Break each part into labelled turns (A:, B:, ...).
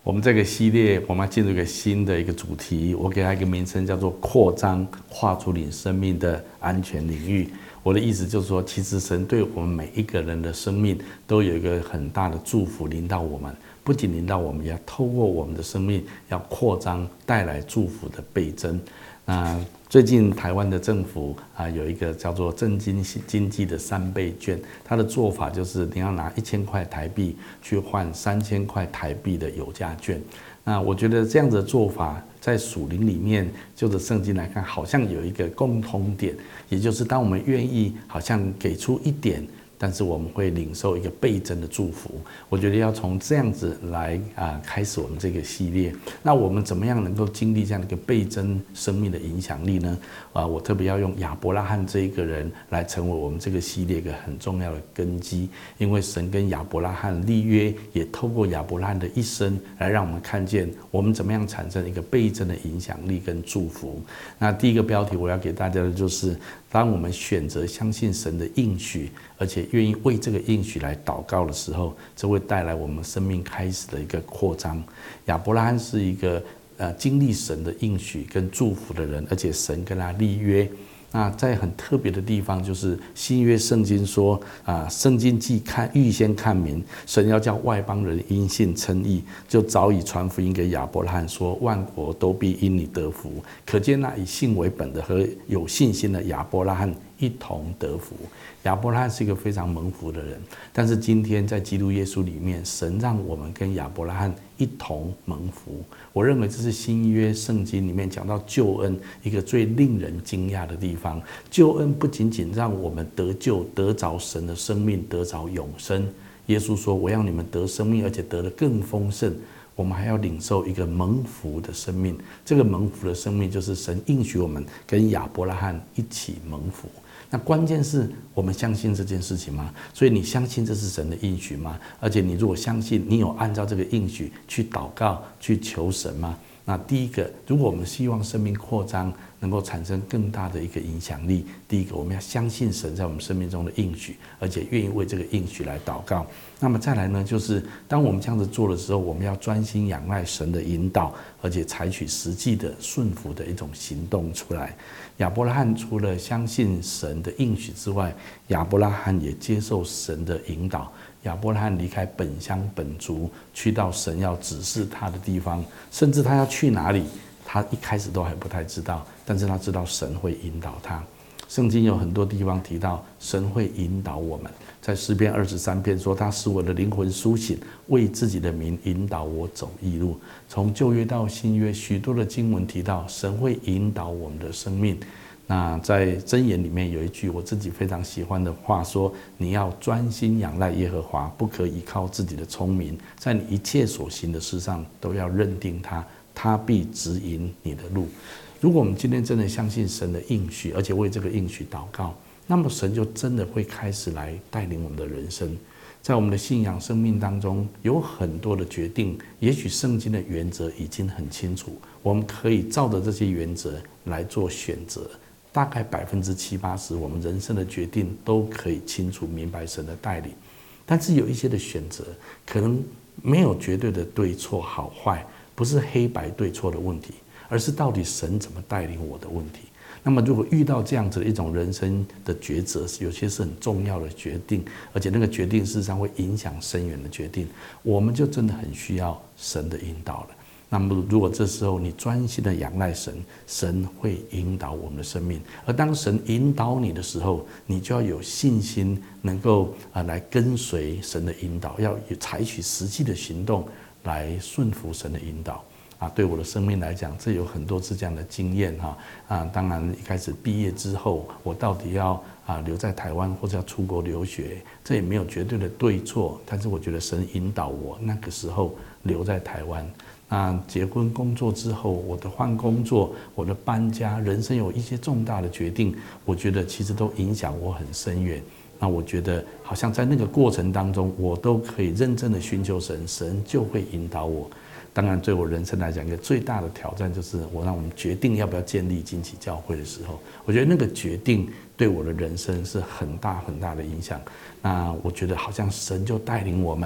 A: 我们这个系列，我们要进入一个新的一个主题，我给它一个名称叫做扩张，跨出你生命的安全领域。我的意思就是说，其实神对我们每一个人的生命都有一个很大的祝福临到我们，不仅临到我们，也要透过我们的生命要扩张，带来祝福的倍增。那最近台湾的政府有一个叫做振兴经济的3倍券，它的做法就是你要拿1000块台币去换3000块台币的有价券。那我觉得这样子的做法，在属灵里面，就着圣经来看，好像有一个共通点，也就是当我们愿意好像给出一点，但是我们会领受一个倍增的祝福。我觉得要从这样子来开始我们这个系列。那我们怎么样能够经历这样的一个倍增生命的影响力呢？我特别要用亚伯拉罕这一个人来成为我们这个系列一个很重要的根基，因为神跟亚伯拉罕立约，也透过亚伯拉罕的一生来让我们看见我们怎么样产生一个倍增的影响力跟祝福。那第一个标题我要给大家的就是，当我们选择相信神的应许，而且愿意为这个应许来祷告的时候，这会带来我们生命开始的一个扩张。亚伯拉罕是一个经历神的应许跟祝福的人，而且神跟他立约。那在很特别的地方，就是新约圣经说圣经既预先看明，神要叫外邦人因信称义，就早已传福音给亚伯拉罕说，万国都必因你得福。可见那以信为本的和有信心的亚伯拉罕一同得福。亚伯拉罕是一个非常蒙福的人，但是今天在基督耶稣里面，神让我们跟亚伯拉罕一同蒙福。我认为这是新约圣经里面讲到救恩一个最令人惊讶的地方。救恩不仅仅让我们得救，得着神的生命，得着永生。耶稣说，我要你们得生命，而且得得更丰盛。我们还要领受一个蒙福的生命，这个蒙福的生命就是神应许我们跟亚伯拉罕一起蒙福。那关键是我们相信这件事情吗？所以你相信这是神的应许吗？而且你如果相信，你有按照这个应许去祷告、去求神吗？那第一个，如果我们希望生命扩张，能够产生更大的一个影响力，第一个，我们要相信神在我们生命中的应许，而且愿意为这个应许来祷告。那么再来呢，就是当我们这样子做的时候，我们要专心仰赖神的引导，而且采取实际的顺服的一种行动出来。亚伯拉罕除了相信神的应许之外，亚伯拉罕也接受神的引导。亚伯拉罕离开本乡本族，去到神要指示他的地方，甚至他要去哪里，他一开始都还不太知道，但是他知道神会引导他。圣经有很多地方提到神会引导我们，在诗篇23篇说，他使我的灵魂苏醒，为自己的名引导我走义路。从旧约到新约，许多的经文提到神会引导我们的生命。那在箴言里面有一句我自己非常喜欢的话说，你要专心仰赖耶和华，不可依靠自己的聪明，在你一切所行的事上都要认定他，他必指引你的路。如果我们今天真的相信神的应许，而且为这个应许祷告，那么神就真的会开始来带领我们的人生。在我们的信仰生命当中，有很多的决定，也许圣经的原则已经很清楚，我们可以照着这些原则来做选择。大概70%-80%，我们人生的决定都可以清楚明白神的带领。但是有一些的选择，可能没有绝对的对错好坏，不是黑白对错的问题，而是到底神怎么带领我的问题。那么如果遇到这样子的一种人生的抉择，有些是很重要的决定，而且那个决定事实上会影响深远的决定，我们就真的很需要神的引导了。那么如果这时候你专心的仰赖神，神会引导我们的生命。而当神引导你的时候，你就要有信心，能够来跟随神的引导，要采取实际的行动来顺服神的引导。对我的生命来讲，这有很多次这样的经验当然一开始毕业之后，我到底要留在台湾或者要出国留学，这也没有绝对的对错，但是我觉得神引导我那个时候留在台湾。那结婚工作之后，我的换工作，我的搬家，人生有一些重大的决定，我觉得其实都影响我很深远。那我觉得好像在那个过程当中，我都可以认真的寻求神，神就会引导我。当然对我人生来讲，一个最大的挑战就是我们决定要不要建立惊奇教会的时候，我觉得那个决定对我的人生是很大很大的影响。那我觉得好像神就带领我们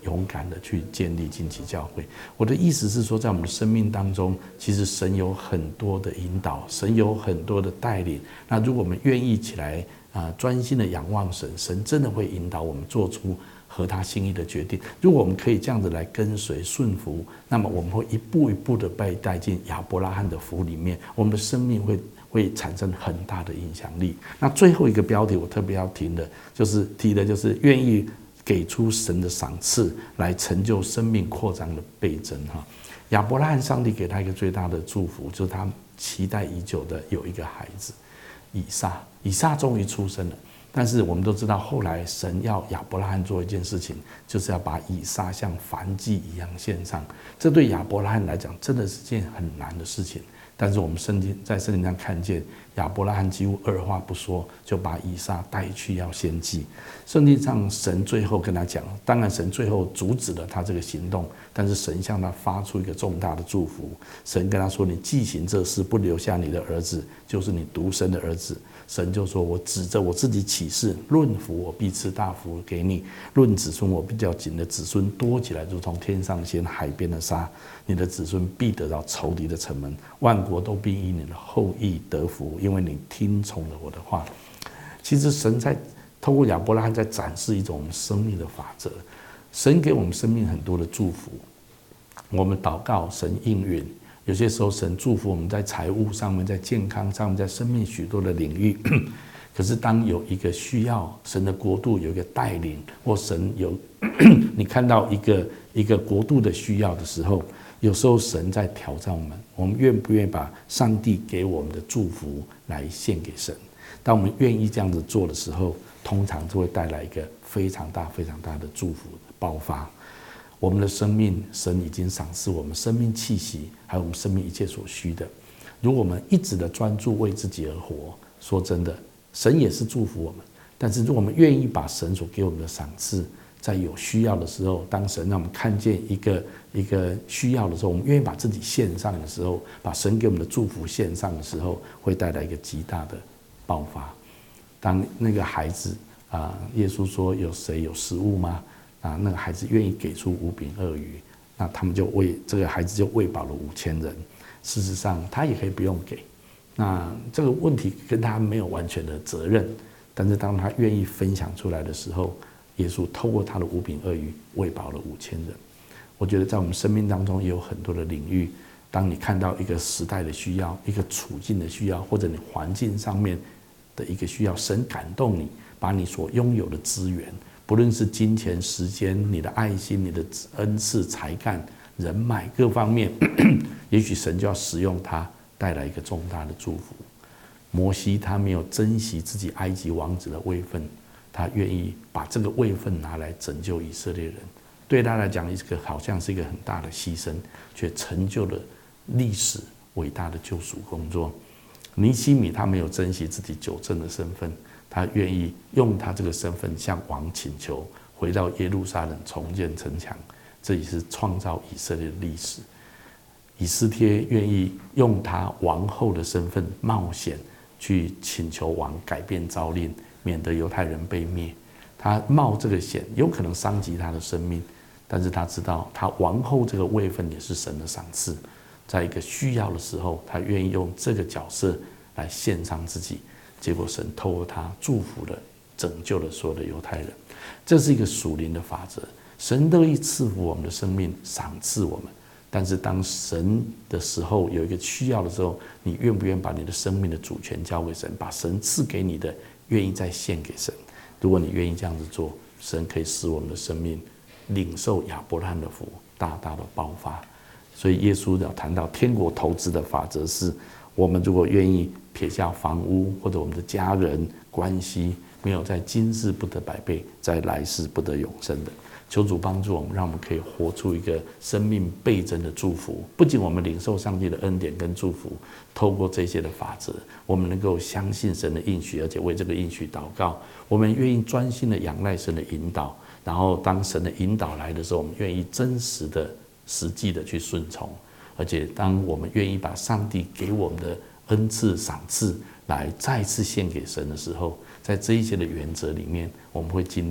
A: 勇敢的去建立近期教会。我的意思是说，在我们的生命当中，其实神有很多的引导，神有很多的带领。那如果我们愿意起来专心的仰望神，神真的会引导我们做出合他心意的决定。如果我们可以这样子来跟随顺服，那么我们会一步一步的被带进亚伯拉罕的福里面，我们的生命会产生很大的影响力。那最后一个标题我特别要提的就是愿意给出神的赏赐来成就生命扩张的倍增哈。亚伯拉罕，上帝给他一个最大的祝福，就是他期待已久的有一个孩子以撒。以撒终于出生了，但是我们都知道，后来神要亚伯拉罕做一件事情，就是要把以撒像燔祭一样献上。这对亚伯拉罕来讲，真的是件很难的事情。但是我们在圣经上看见，亚伯拉罕几乎二话不说就把以撒带去要献祭。圣经上神最后跟他讲，当然神最后阻止了他这个行动，但是神向他发出一个重大的祝福。神跟他说：“你既行这事，不留下你的儿子，就是你独生的儿子。”神就说：“我指着我自己起誓，论福我必赐大福给你；论子孙我必叫你的子孙多起来，如同天上星、海边的沙。你的子孙必得到仇敌的城门，万国都必因你的后裔得福，因为你听从了我的话。”其实神在透过亚伯拉罕在展示一种生命的法则。神给我们生命很多的祝福，我们祷告，神应允。有些时候神祝福我们在财务上面，在健康上面，在生命许多的领域。可是当有一个需要，神的国度有一个带领，或神有你看到一个国度的需要的时候，有时候神在挑战我们愿不愿意把上帝给我们的祝福来献给神？当我们愿意这样子做的时候，通常就会带来一个非常大非常大的祝福的爆发。我们的生命，神已经赏赐我们生命气息，还有我们生命一切所需的。如果我们一直的专注为自己而活，说真的，神也是祝福我们。但是如果我们愿意把神所给我们的赏赐，在有需要的时候，当神让我们看见一个需要的时候，我们愿意把自己献上的时候，把神给我们的祝福献上的时候，会带来一个极大的爆发。当那个孩子耶稣说：“有谁有食物吗？”那个孩子愿意给出5饼2鱼，那他们就这个孩子就喂饱了5000人。事实上，他也可以不用给。那这个问题跟他没有完全的责任，但是当他愿意分享出来的时候，耶稣透过他的5饼2鱼喂饱了5000人。我觉得在我们生命当中也有很多的领域，当你看到一个时代的需要，一个处境的需要，或者你环境上面的一个需要，神感动你，把你所拥有的资源，不论是金钱、时间、你的爱心、你的恩赐、才干、人脉各方面，也许神就要使用它，带来一个重大的祝福。摩西他没有珍惜自己埃及王子的位分，他愿意把这个位分拿来拯救以色列人。对他来讲，好像是一个很大的牺牲，却成就了历史伟大的救赎工作。尼希米他没有珍惜自己久正的身份，他愿意用他这个身份向王请求，回到耶路撒冷重建城墙，这也是创造以色列的历史。以斯帖愿意用他王后的身份冒险去请求王改变诏令，免得犹太人被灭。他冒这个险，有可能伤及他的生命，但是他知道他王后这个位分也是神的赏赐，在一个需要的时候，他愿意用这个角色来献上自己。结果神透过他祝福了、拯救了所有的犹太人。这是一个属灵的法则，神乐意赐福我们的生命，赏赐我们。但是当神的时候有一个需要的时候，你愿不愿意把你的生命的主权交给神，把神赐给你的愿意再献给神？如果你愿意这样子做，神可以使我们的生命领受亚伯拉罕的福，大大的爆发。所以耶稣要谈到天国投资的法则是，我们如果愿意撇下房屋或者我们的家人关系，没有在今世不得百倍，在来世不得永生的。求主帮助我们，让我们可以活出一个生命倍增的祝福。不仅我们领受上帝的恩典跟祝福，透过这些的法则，我们能够相信神的应许，而且为这个应许祷告。我们愿意专心的仰赖神的引导，然后当神的引导来的时候，我们愿意真实的、实际的去顺从。而且当我们愿意把上帝给我们的恩赐、赏赐来再次献给神的时候，在这一些的原则里面，我们会经历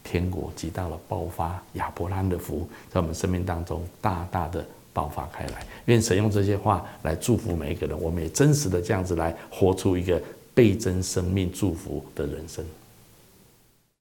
A: 天国极大的爆发，亚伯拉罕的福在我们生命当中大大的爆发开来。愿神用这些话来祝福每一个人，我们也真实的这样子来活出一个倍增生命祝福的人生。